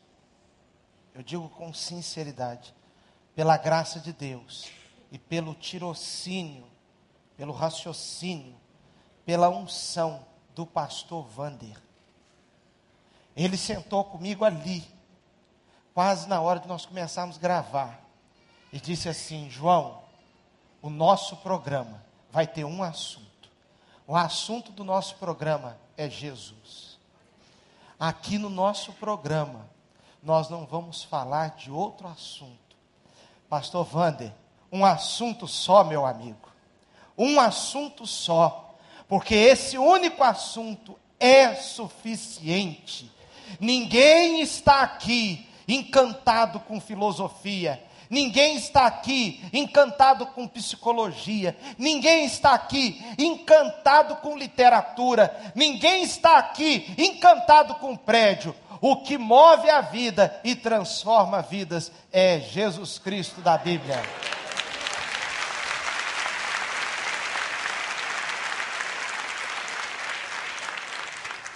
pela graça de Deus e pelo tirocínio, pelo raciocínio, pela unção do pastor Wander. Ele sentou comigo ali, quase na hora de nós começarmos a gravar, e disse assim: João, o nosso programa vai ter um assunto. O assunto do nosso programa é Jesus. Aqui no nosso programa, nós não vamos falar de outro assunto. Pastor Wander, um assunto só, meu amigo. Um assunto só. Porque esse único assunto é suficiente. Ninguém está aqui encantado com filosofia. Ninguém está aqui encantado com psicologia. Ninguém está aqui encantado com literatura. Ninguém está aqui encantado com prédio. O que move a vida e transforma vidas é Jesus Cristo da Bíblia.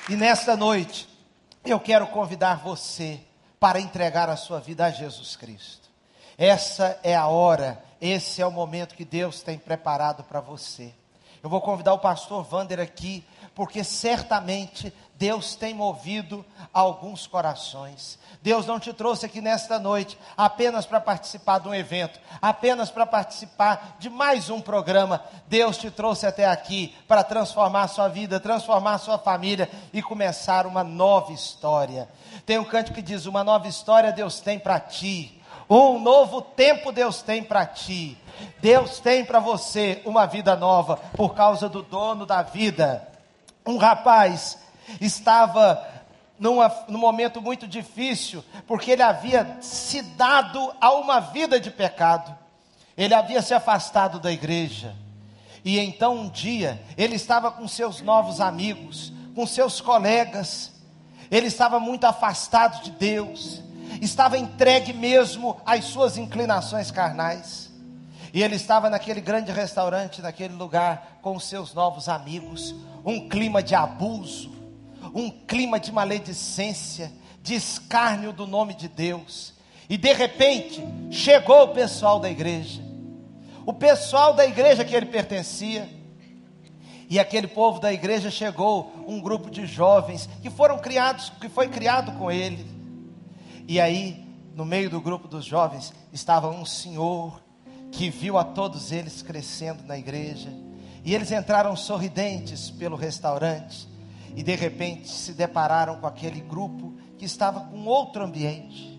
E nesta noite, eu quero convidar você para entregar a sua vida a Jesus Cristo. Essa é a hora, esse é o momento que Deus tem preparado para você. Eu vou convidar o pastor Wander aqui, porque certamente Deus tem movido alguns corações. Deus não te trouxe aqui nesta noite apenas para participar de um evento, apenas para participar de mais um programa. Deus te trouxe até aqui para transformar a sua vida, transformar a sua família e começar uma nova história. Tem um cântico que diz: uma nova história Deus tem para ti. Um novo tempo Deus tem para ti. Deus tem para você uma vida nova por causa do dono da vida. Um rapaz estava num momento muito difícil, porque ele havia se dado a uma vida de pecado. Ele havia se afastado da igreja. E então um dia, ele estava com seus novos amigos, com seus colegas. Ele estava muito afastado de Deus. Estava entregue mesmo às suas inclinações carnais. E ele estava naquele grande restaurante, naquele lugar, com os seus novos amigos. Um clima de abuso, um clima de maledicência, de escárnio do nome de Deus. E de repente, chegou o pessoal da igreja. O pessoal da igreja que ele pertencia. E aquele povo da igreja chegou, um grupo de jovens que foi criado com ele. E aí, no meio do grupo dos jovens, estava um senhor que viu a todos eles crescendo na igreja. E eles entraram sorridentes pelo restaurante. E de repente se depararam com aquele grupo que estava com outro ambiente.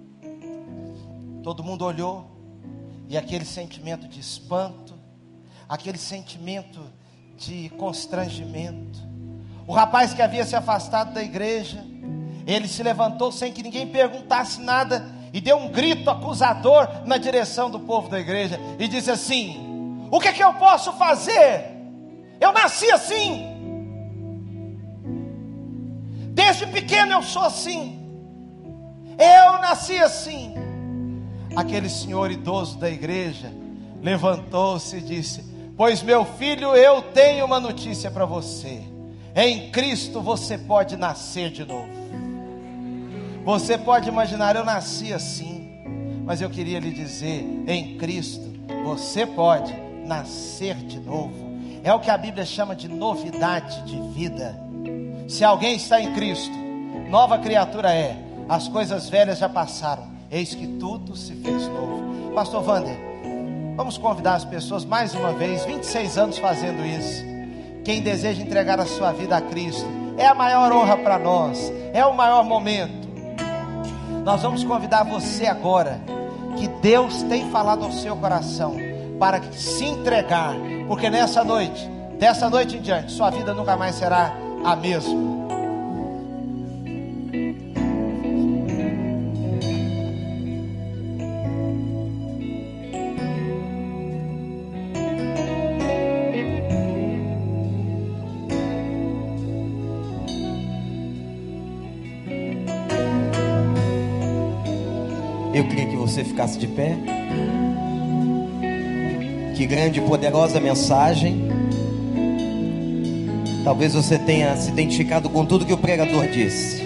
Todo mundo olhou. E aquele sentimento de espanto, aquele sentimento de constrangimento. O rapaz que havia se afastado da igreja, ele se levantou sem que ninguém perguntasse nada e deu um grito acusador na direção do povo da igreja e disse assim: o que é que eu posso fazer? Eu nasci assim. Desde pequeno eu sou assim. Eu nasci assim. Aquele senhor idoso da igreja levantou-se e disse: pois meu filho, eu tenho uma notícia para você. Em Cristo você pode nascer de novo. Você pode imaginar, eu nasci assim, mas eu queria lhe dizer, em Cristo você pode nascer de novo. É o que a Bíblia chama de novidade de vida. Se alguém está em Cristo, nova criatura é. As coisas velhas já passaram, eis que tudo se fez novo. Pastor Wander, vamos convidar as pessoas mais uma vez, 26 anos fazendo isso. Quem deseja entregar a sua vida a Cristo, é a maior honra para nós, é o maior momento. Nós vamos convidar você agora, que Deus tem falado ao seu coração, para se entregar, porque nessa noite, dessa noite em diante, sua vida nunca mais será a mesma. Eu queria que você ficasse de pé. Que grande e poderosa mensagem. Talvez você tenha se identificado com tudo que o pregador disse.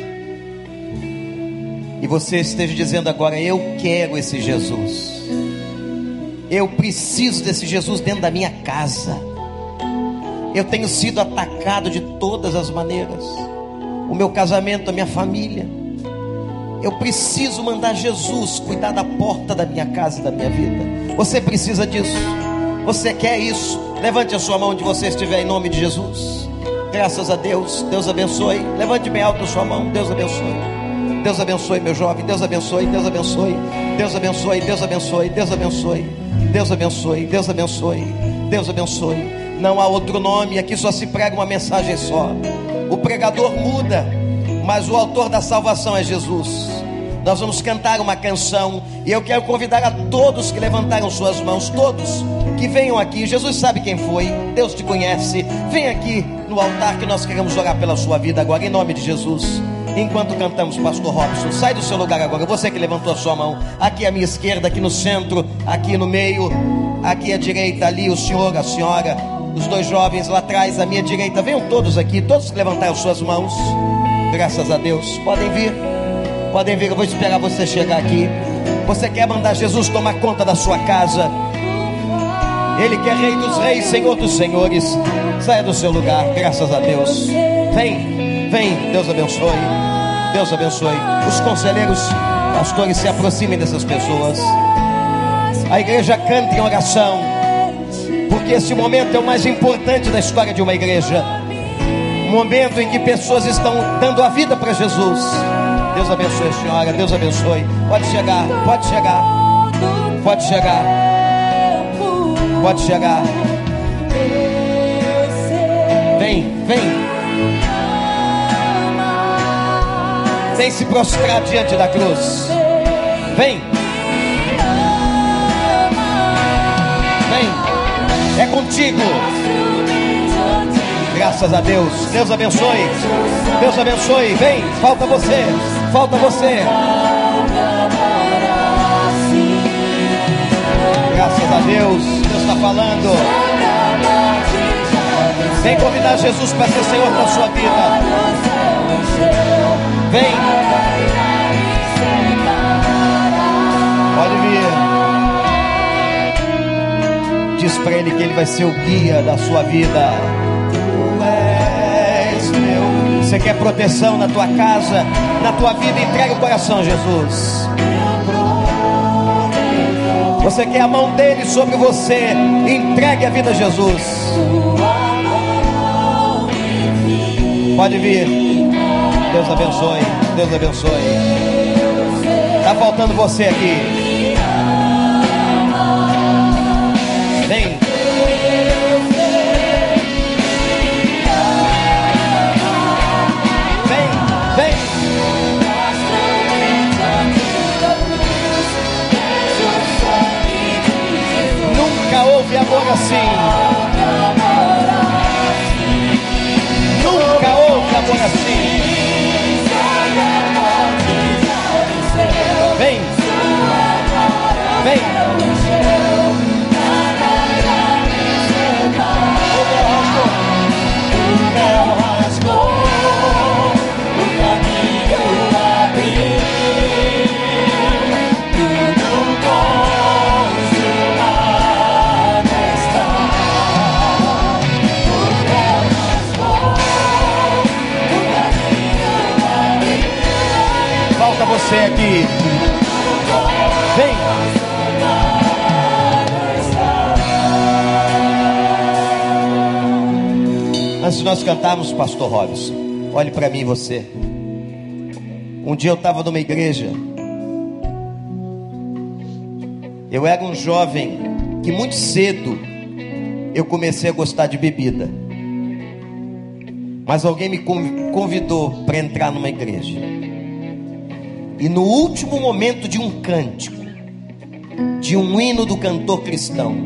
E você esteja dizendo agora: eu quero esse Jesus. Eu preciso desse Jesus dentro da minha casa. Eu tenho sido atacado de todas as maneiras. O meu casamento, a minha família. Eu preciso mandar Jesus cuidar da porta da minha casa e da minha vida. Você precisa disso. Você quer isso? Levante a sua mão onde você estiver, em nome de Jesus. Graças a Deus. Deus abençoe. Levante bem alto a sua mão. Deus abençoe. Deus abençoe, meu jovem. Deus abençoe. Deus abençoe. Deus abençoe. Deus abençoe. Deus abençoe. Deus abençoe. Deus abençoe. Deus abençoe. Não há outro nome. Aqui só se prega uma mensagem só. O pregador muda, mas o autor da salvação é Jesus. Nós vamos cantar uma canção e eu quero convidar a todos que levantaram suas mãos, todos que venham aqui. Jesus sabe quem foi, Deus te conhece. Vem aqui no altar que nós queremos orar pela sua vida agora, em nome de Jesus. Enquanto cantamos, pastor Robson, sai do seu lugar agora. Você que levantou a sua mão, aqui à minha esquerda, aqui no centro, aqui no meio, aqui à direita, ali o senhor, a senhora. Os dois jovens lá atrás, à minha direita, venham todos aqui, todos que levantaram suas mãos. Graças a Deus. Podem vir, eu vou esperar você chegar aqui. Você quer mandar Jesus tomar conta da sua casa? Ele que é Rei dos Reis, Senhor dos Senhores. Saia do seu lugar, graças a Deus. Vem, Deus abençoe. Deus abençoe. Os conselheiros, pastores, se aproximem dessas pessoas. A igreja canta em oração, porque esse momento é o mais importante da história de uma igreja. Um momento em que pessoas estão dando a vida para Jesus. Deus abençoe a senhora, Deus abençoe. Pode chegar, pode chegar. Pode chegar. Pode chegar. Vem. Vem se prostrar diante da cruz. Vem. É contigo. Graças a Deus. Deus abençoe. Deus abençoe. Vem, falta você. Graças a Deus. Deus está falando. Vem convidar Jesus para ser Senhor da sua vida. Vem. Pode vir. Diz para Ele que Ele vai ser o guia da sua vida. Você quer proteção na tua casa, na tua vida? Entrega o coração a Jesus. Você quer a mão dele sobre você? Entregue a vida a Jesus. Pode vir. Deus abençoe. Deus abençoe. Está faltando você aqui. Vem. Houve amor assim. Nunca houve amor assim. Vem. Falta você aqui. Vem. Antes de nós cantarmos, pastor Robson, olhe para mim, você. Um dia eu estava numa igreja. Eu era um jovem que muito cedo eu comecei a gostar de bebida. Mas alguém me convidou para entrar numa igreja. E no último momento de um cântico, de um hino do cantor cristão,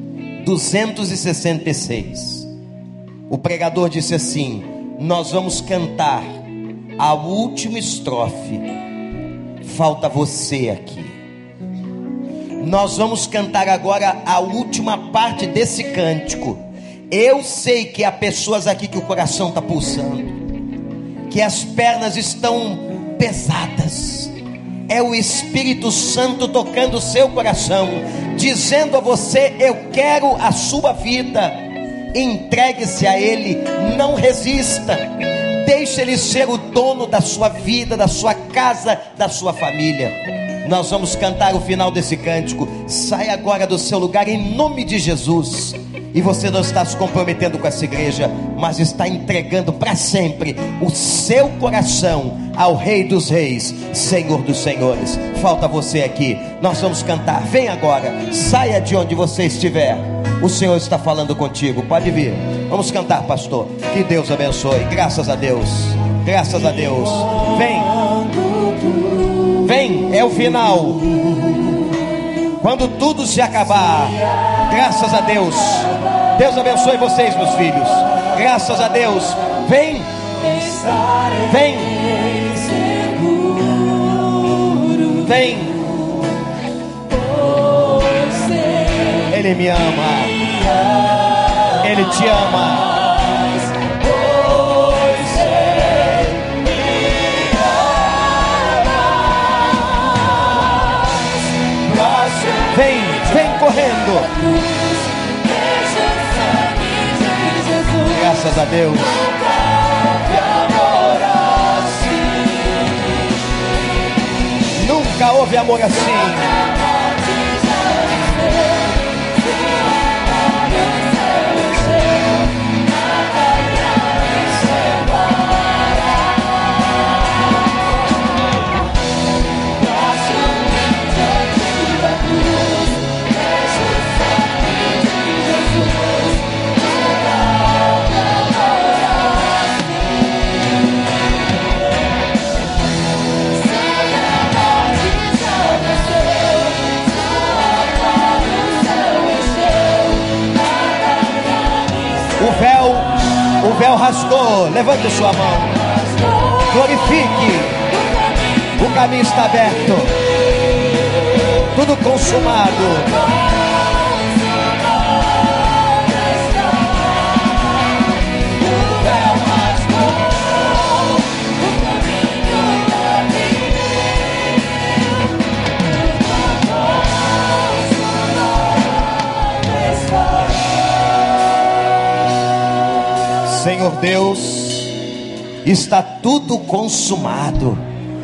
266, o pregador disse assim: nós vamos cantar a última estrofe. Falta você aqui. Nós vamos cantar agora a última parte desse cântico. Eu sei que há pessoas aqui que o coração está pulsando, que as pernas estão pesadas. É o Espírito Santo tocando o seu coração, dizendo a você: eu quero a sua vida. Entregue-se a Ele, não resista. Deixe Ele ser o dono da sua vida, da sua casa, da sua família. Nós vamos cantar o final desse cântico. Sai agora do seu lugar em nome de Jesus. E você não está se comprometendo com essa igreja, mas está entregando para sempre o seu coração ao Rei dos Reis, Senhor dos Senhores. Falta você aqui. Nós vamos cantar. Vem agora. Saia de onde você estiver. O Senhor está falando contigo. Pode vir. Vamos cantar, pastor. Que Deus abençoe. Graças a Deus. Graças a Deus. Vem. Vem. É o final. Quando tudo se acabar. Graças a Deus. Deus abençoe vocês, meus filhos. Graças a Deus. Vem. Vem. Vem. Ele me ama. Ele te ama. Vem correndo. Graças a Deus. Nunca houve amor assim. O véu rasgou. Levante sua mão. Glorifique. O caminho está aberto. Tudo consumado. Senhor Deus, está tudo consumado.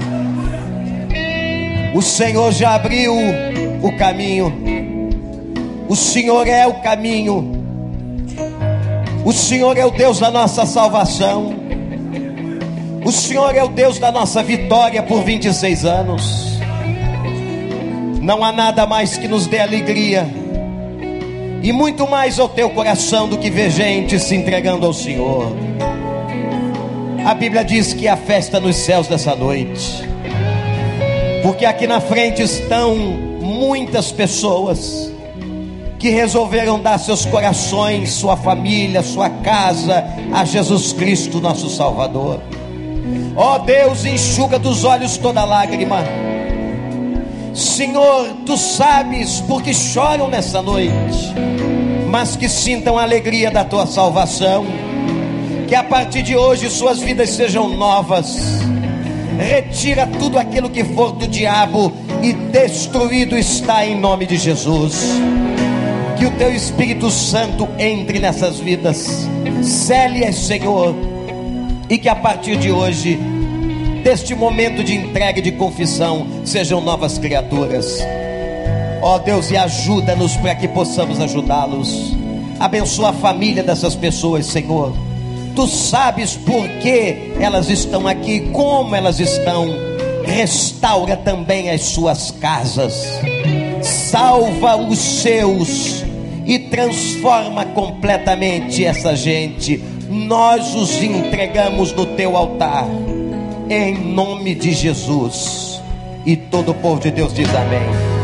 O Senhor já abriu o caminho. O Senhor é o caminho. O Senhor é o Deus da nossa salvação. O Senhor é o Deus da nossa vitória por 26 anos. Não há nada mais que nos dê alegria e muito mais ao teu coração do que ver gente se entregando ao Senhor. A Bíblia diz que há festa nos céus dessa noite, porque aqui na frente estão muitas pessoas que resolveram dar seus corações, sua família, sua casa a Jesus Cristo, nosso Salvador. Ó Deus, enxuga dos olhos toda lágrima. Senhor, tu sabes porque choram nessa noite, mas que sintam a alegria da tua salvação. Que a partir de hoje suas vidas sejam novas. Retira tudo aquilo que for do diabo e destruído está em nome de Jesus. Que o teu Espírito Santo entre nessas vidas, cele-as, Senhor, e que a partir de hoje, deste momento de entrega e de confissão, sejam novas criaturas. Ó Deus, e ajuda-nos para que possamos ajudá-los. Abençoa a família dessas pessoas, Senhor. Tu sabes por que elas estão aqui, como elas estão. Restaura também as suas casas. Salva os seus e transforma completamente essa gente. Nós os entregamos no teu altar, em nome de Jesus. E todo o povo de Deus diz amém.